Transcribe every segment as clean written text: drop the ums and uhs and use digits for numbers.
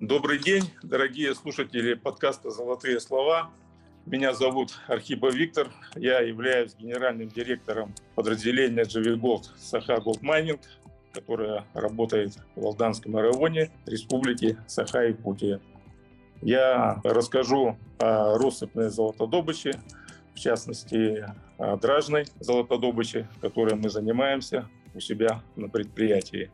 Добрый день, дорогие слушатели подкаста «Золотые слова». Меня зовут Архипов Виктор. Я являюсь генеральным директором подразделения GV Gold Саха Gold Mining, которое работает в Алданском районе Республики Саха-Якутия. Я расскажу о россыпной золотодобыче, в частности, о дражной золотодобыче, которой мы занимаемся у себя на предприятии.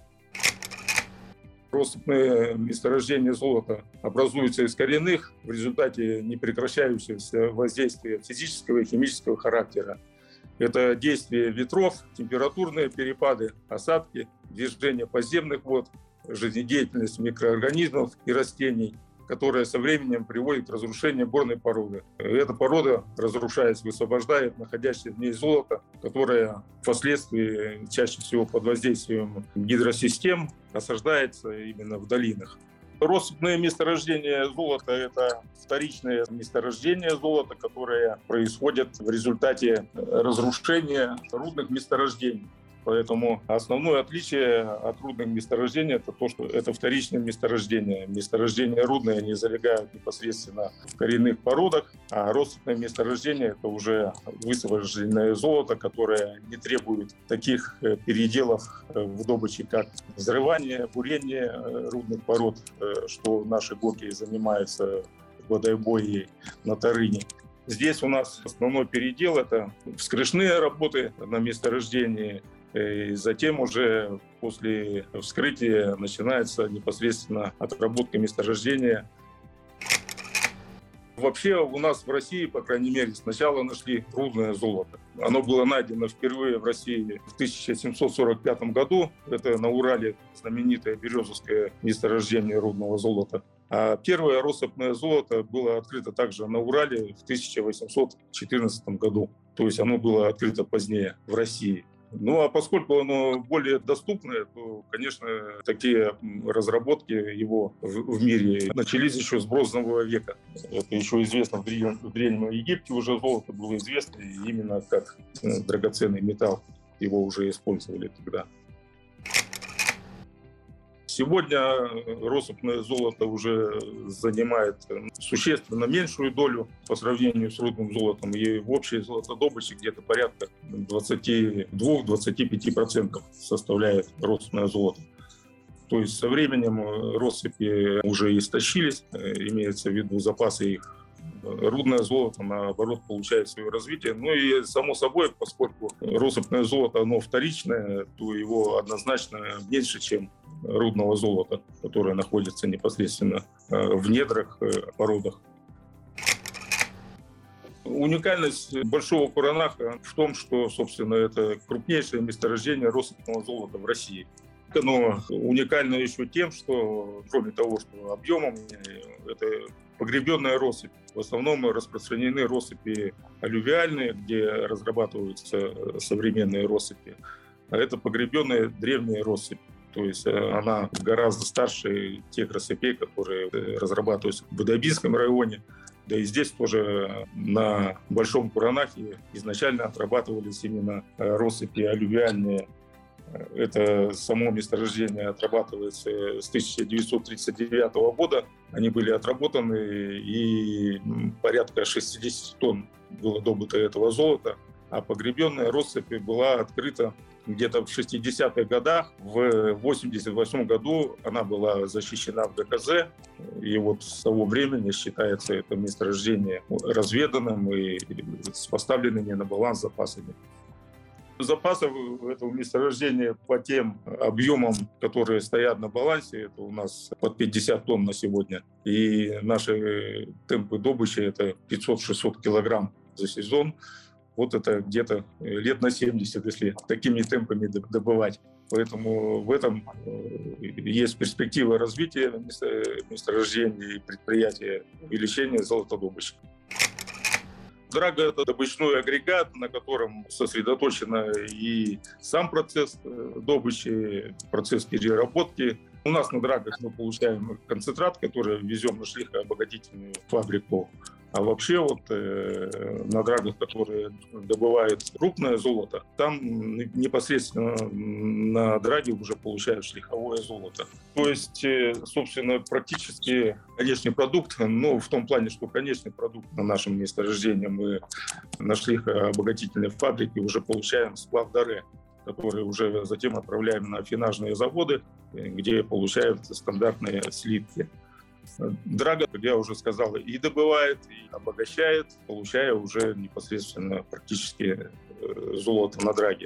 Россыпные месторождения золота образуются из коренных в результате непрекращающегося воздействия физического и химического характера. Это действие ветров, температурные перепады, осадки, движение подземных вод, жизнедеятельность микроорганизмов и растений, которая со временем приводит к разрушению горной породы. Эта порода, разрушаясь, высвобождает находящееся в ней золото, которое впоследствии, чаще всего под воздействием гидросистем, осаждается именно в долинах. Россыпные месторождения золота – это вторичные месторождения золота, которые происходят в результате разрушения рудных месторождений. Поэтому основное отличие от рудных месторождений – это то, что это вторичные месторождения. Месторождения рудные, они залегают непосредственно в коренных породах, а россыпные месторождения – это уже высвобожденное золото, которое не требует таких переделов в добыче, как взрывание, бурение рудных пород, что наши горки занимаются водоебой на Тарыне. Здесь у нас основной передел – это вскрышные работы на месторождении. И затем уже после вскрытия начинается непосредственно отработка месторождения. Вообще у нас в России, по крайней мере, сначала нашли рудное золото. Оно было найдено впервые в России в 1745 году. Это на Урале знаменитое Березовское месторождение рудного золота. А первое россыпное золото было открыто также на Урале в 1814 году. То есть оно было открыто позднее в России. Ну а поскольку оно более доступное, то, конечно, такие разработки его в мире начались еще с Бронзового века. Это еще известно в Древнем Египте уже золото было известно именно как драгоценный металл. Его уже использовали тогда. Сегодня россыпное золото уже занимает существенно меньшую долю по сравнению с рудным золотом. И в общей золотодобыче где-то порядка 22-25% составляет россыпное золото. То есть со временем россыпи уже истощились, имеется в виду запасы их. Рудное золото, наоборот, получает свое развитие. Ну и, само собой, поскольку россыпное золото, оно вторичное, то его однозначно меньше, чем рудного золота, которое находится непосредственно в недрах, породах. Уникальность Большого Куранаха в том, что, собственно, это крупнейшее месторождение россыпного золота в России. Оно уникально еще тем, что, кроме того, что объемом, это погребенная россыпь. В основном распространены россыпи аллювиальные, где разрабатываются современные россыпи. А это погребенная древняя россыпь. То есть она гораздо старше тех россыпей, которые разрабатываются в Будабинском районе. Да и здесь тоже на Большом Куранахе изначально отрабатывались именно россыпи аллювиальные. Это само месторождение отрабатывается с 1939 года. Они были отработаны, и порядка 60 тонн было добыто этого золота. А погребенная россыпь была открыта где-то в 60-х годах. В 1988 году она была защищена в ГКЗ. И вот с того времени считается это месторождение разведанным и с поставленными на баланс запасами. Запасов этого месторождения по тем объемам, которые стоят на балансе, это у нас под 50 тонн на сегодня. И наши темпы добычи – это 500-600 килограмм за сезон. Вот это где-то лет на 70, если такими темпами добывать. Поэтому в этом есть перспектива развития месторождений и предприятия увеличения золотодобычи. Драга – это добычной агрегат, на котором сосредоточен и сам процесс добычи, процесс переработки У нас на драгах мы получаем концентрат, который везем на шлихообогатительную фабрику. А вообще на драгах, которые добывают крупное золото, там непосредственно на драге уже получают шлиховое золото. То есть, собственно, практически конечный продукт, в том плане, что конечный продукт на нашем месторождении мы на шлихообогатительной фабрике уже получаем сплав ДАРЭ, которые уже затем отправляем на афинажные заводы, где получаются стандартные слитки. Драга, как я уже сказал, и добывает, и обогащает, получая уже непосредственно практически золото на драге.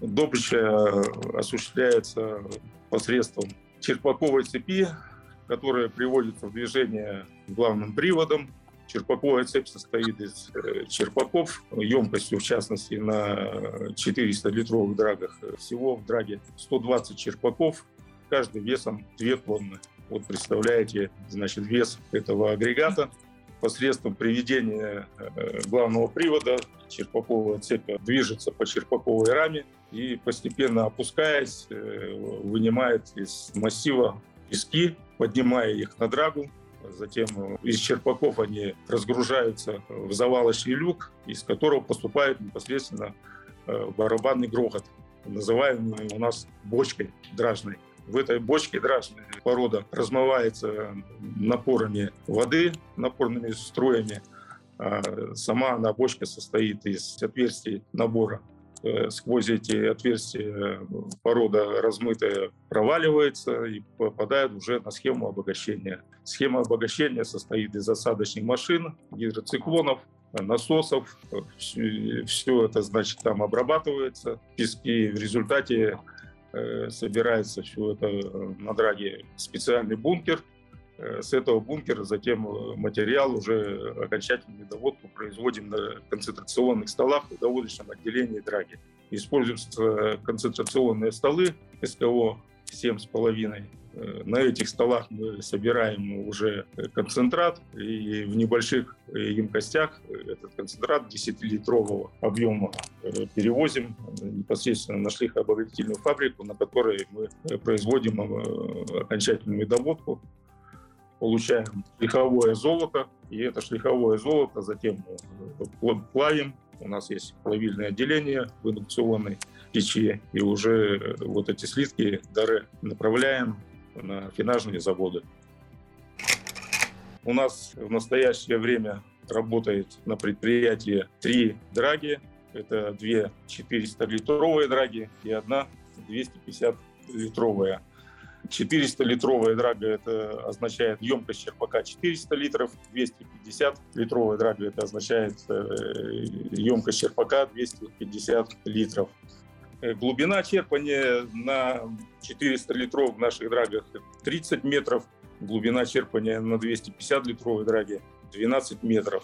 Добыча осуществляется посредством черпаковой цепи, которая приводится в движение главным приводом. Черпаковая цепь состоит из черпаков емкостью, в частности, на 400-литровых драгах. Всего в драге 120 черпаков, каждый весом 2 тонны. Вот представляете, значит, вес этого агрегата. Посредством приведения главного привода черпаковая цепь движется по черпаковой раме и, постепенно опускаясь, вынимает из массива пески, поднимая их на драгу. Затем из черпаков они разгружаются в завалочный люк, из которого поступает непосредственно барабанный грохот, называемый у нас бочкой дражной. В этой бочке дражная порода размывается напорами воды, напорными струями. Сама она, бочка, состоит из отверстий набора. Сквозь эти отверстия порода размытая проваливается и попадает уже на схему обогащения. Схема обогащения состоит из осадочных машин, гидроциклонов, насосов. Все это, значит, там обрабатывается. Пески в результате собирается все это на драге в специальный бункер. С этого бункера затем материал уже окончательную доводку производим на концентрационных столах в доводочном отделении драги. Используются концентрационные столы СКО 7,5. На этих столах мы собираем уже концентрат, и в небольших емкостях этот концентрат 10-литрового объема перевозим непосредственно на шлихообогатительную фабрику, на которой мы производим окончательную доводку. Получаем шлиховое золото, и это шлиховое золото затем плавим. У нас есть плавильное отделение в индукционной печи, и уже вот эти слитки ДАРЭ направляем на афинажные заводы. У нас в настоящее время работает на предприятии 3 драги. Это 2 400-литровые драги и 1 250-литровая. 400-литровая драга – это означает емкость черпака 400 литров, 250-литровая драга – это означает емкость черпака 250 литров. Глубина черпания на 400-литровых наших драгах 30 метров, глубина черпания на 250-литровой драге 12 метров.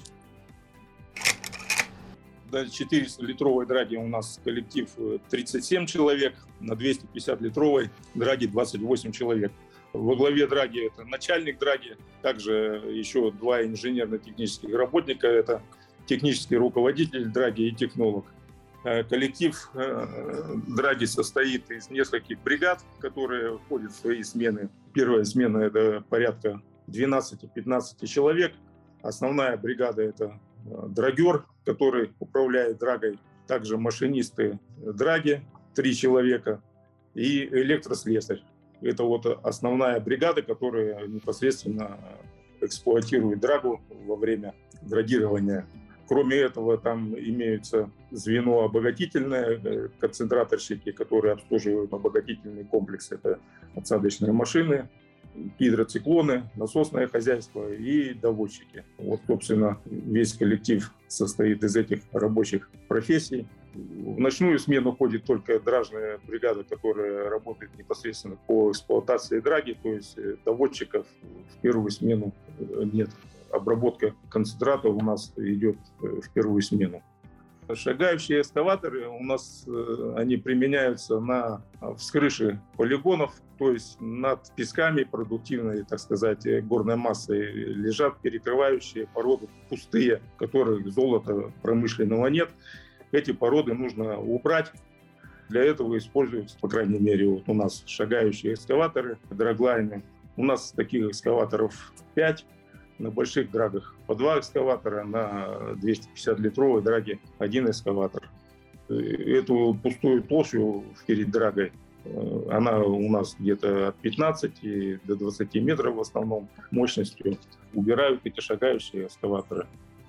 До 400-литровой драги у нас коллектив 37 человек, на 250-литровой драге 28 человек. Во главе драги это начальник драги, также еще 2 инженерно-технических работника, это технический руководитель драги и технолог. Коллектив драги состоит из нескольких бригад, которые входят в свои смены. Первая смена – это порядка 12-15 человек. Основная бригада – это драгер, который управляет драгой. Также машинисты драги, 3 человека, и электрослесарь. Это вот основная бригада, которая непосредственно эксплуатирует драгу во время драгирования. Кроме этого, там имеются звено обогатительное, концентраторщики, которые обслуживают обогатительный комплекс. Это отсадочные машины, гидроциклоны, насосное хозяйство и доводчики. Вот, собственно, весь коллектив состоит из этих рабочих профессий. В ночную смену ходит только дражная бригада, которая работает непосредственно по эксплуатации драги, то есть доводчиков в первую смену нет. Обработка концентрата у нас идет в первую смену. Шагающие экскаваторы у нас они применяются на вскрыше полигонов, то есть над песками продуктивной, так сказать, горной массой лежат перекрывающие породы пустые, в которых золота промышленного нет. Эти породы нужно убрать. Для этого используются, по крайней мере, вот у нас шагающие экскаваторы, драглайны. У нас таких экскаваторов 5, на больших драгах по 2 экскаватора, на 250-литровой драге 1 экскаватор. Эту пустую площадь перед драгой, она у нас где-то от 15 до 20 метров в основном мощностью, убирают эти шагающие экскаваторы.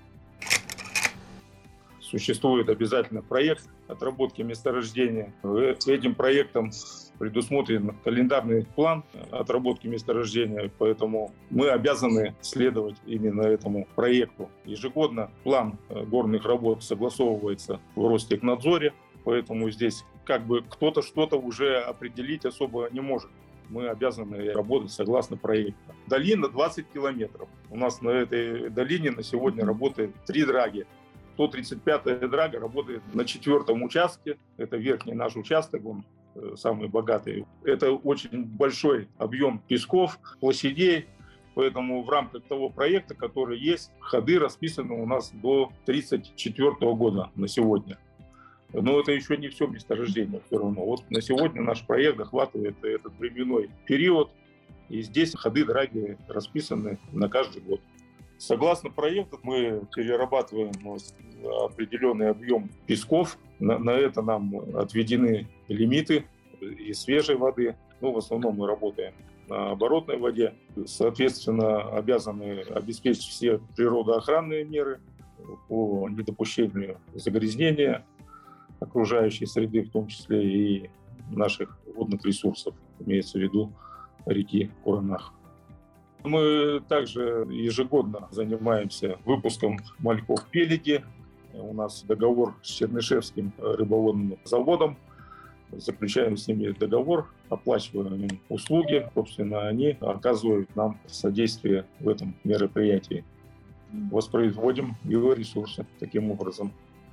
Существует обязательно проект отработки месторождения. Этим проектом предусмотрен календарный план отработки месторождения, поэтому мы обязаны следовать именно этому проекту. Ежегодно план горных работ согласовывается в Ростехнадзоре, поэтому здесь как бы кто-то что-то уже определить особо не может. Мы обязаны работать согласно проекту. Долина 20 километров. У нас на этой долине на сегодня работает 3 драги. 135-я драга работает на 4-м участке. Это верхний наш участок, он самый богатый. Это очень большой объем песков, площадей. Поэтому в рамках того проекта, который есть, ходы расписаны у нас до 1934 года на сегодня. Но это еще не все месторождение все равно. Вот на сегодня наш проект охватывает этот временной период. И здесь ходы драги расписаны на каждый год. Согласно проекту мы перерабатываем определенный объем песков. На это нам отведены лимиты из свежей воды. В основном мы работаем на оборотной воде. Соответственно, обязаны обеспечить все природоохранные меры по недопущению загрязнения окружающей среды, в том числе и наших водных ресурсов, имеется в виду реки Куранах. Мы также ежегодно занимаемся выпуском мальков пеледи. У нас договор с Чернышевским рыболовным заводом. Заключаем с ними договор, оплачиваем им услуги. Собственно, они оказывают нам содействие в этом мероприятии. Воспроизводим биоресурсы таким образом.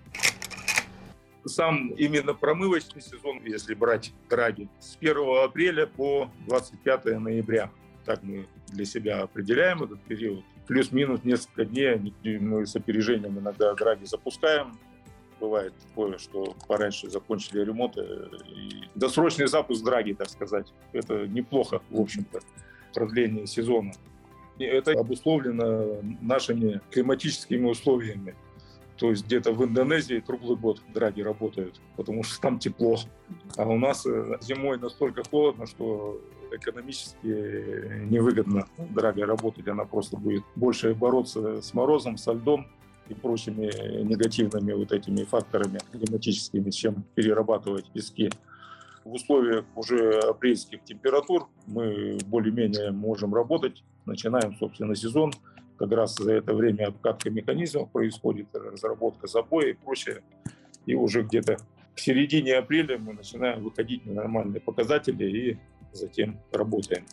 Сам именно промывочный сезон, если брать драги, с 1 апреля по 25 ноября. Так мы для себя определяем этот период. Плюс-минус несколько дней мы с опережением иногда драги запускаем. Бывает такое, что пораньше закончили ремонт и досрочный запуск драги, так сказать. Это неплохо, в общем-то, продление сезона. И это обусловлено нашими климатическими условиями. То есть где-то в Индонезии круглый год драги работают, потому что там тепло. А у нас зимой настолько холодно, что экономически невыгодно драгой работать. Она просто будет больше бороться с морозом, со льдом и прочими негативными вот этими факторами климатическими, чем перерабатывать пески. В условиях уже апрельских температур мы более-менее можем работать. Начинаем, собственно, сезон. Как раз за это время обкатка механизмов происходит, разработка забоя и прочее. И уже где-то к середине апреля мы начинаем выходить на нормальные показатели и затем работаем.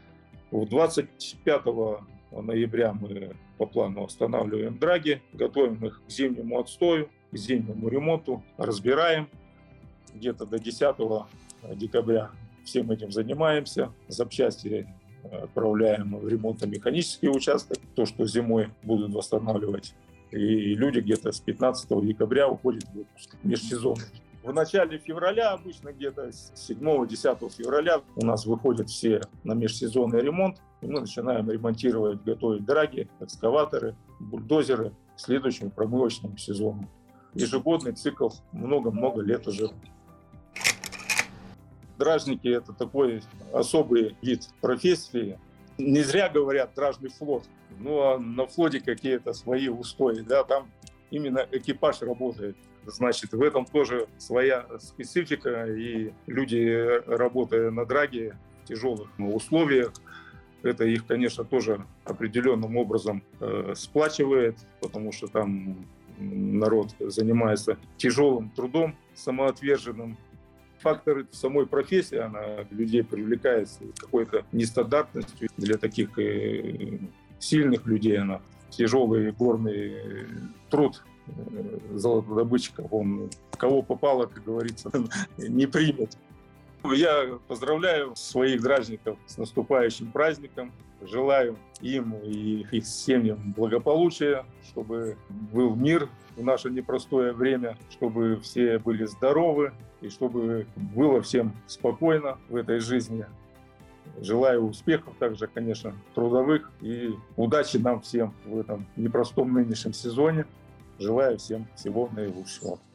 25 ноября мы по плану останавливаем драги, готовим их к зимнему отстою, к зимнему ремонту, разбираем. Где-то до 10 декабря всем этим занимаемся. Запчасти отправляем в ремонтно-механический участок, то, что зимой будут восстанавливать. И люди где-то с 15 декабря уходят в отпуск межсезонный. В начале февраля, обычно где-то с 7-10 февраля, у нас выходят все на межсезонный ремонт, и мы начинаем ремонтировать, готовить драги, экскаваторы, бульдозеры к следующему промывочному сезону. Ежегодный цикл, много-много лет уже. Дражники – это такой особый вид профессии. Не зря говорят «дражный флот». А на флоте какие-то свои устои, да, там именно экипаж работает. Значит, в этом тоже своя специфика, и люди, работая на драге в тяжелых условиях, это их, конечно, тоже определенным образом сплачивает, потому что там народ занимается тяжелым трудом, самоотверженным. Фактор самой профессии, она людей привлекает какой-то нестандартностью. Для таких сильных людей она тяжелый горный труд золотодобытчиков, он кого попало, как говорится, не примет. Я поздравляю своих гражданов с наступающим праздником. Желаю им и их семьям благополучия, чтобы был мир в наше непростое время, чтобы все были здоровы и чтобы было всем спокойно в этой жизни. Желаю успехов также, конечно, трудовых, и удачи нам всем в этом непростом нынешнем сезоне. Желаю всем всего наилучшего.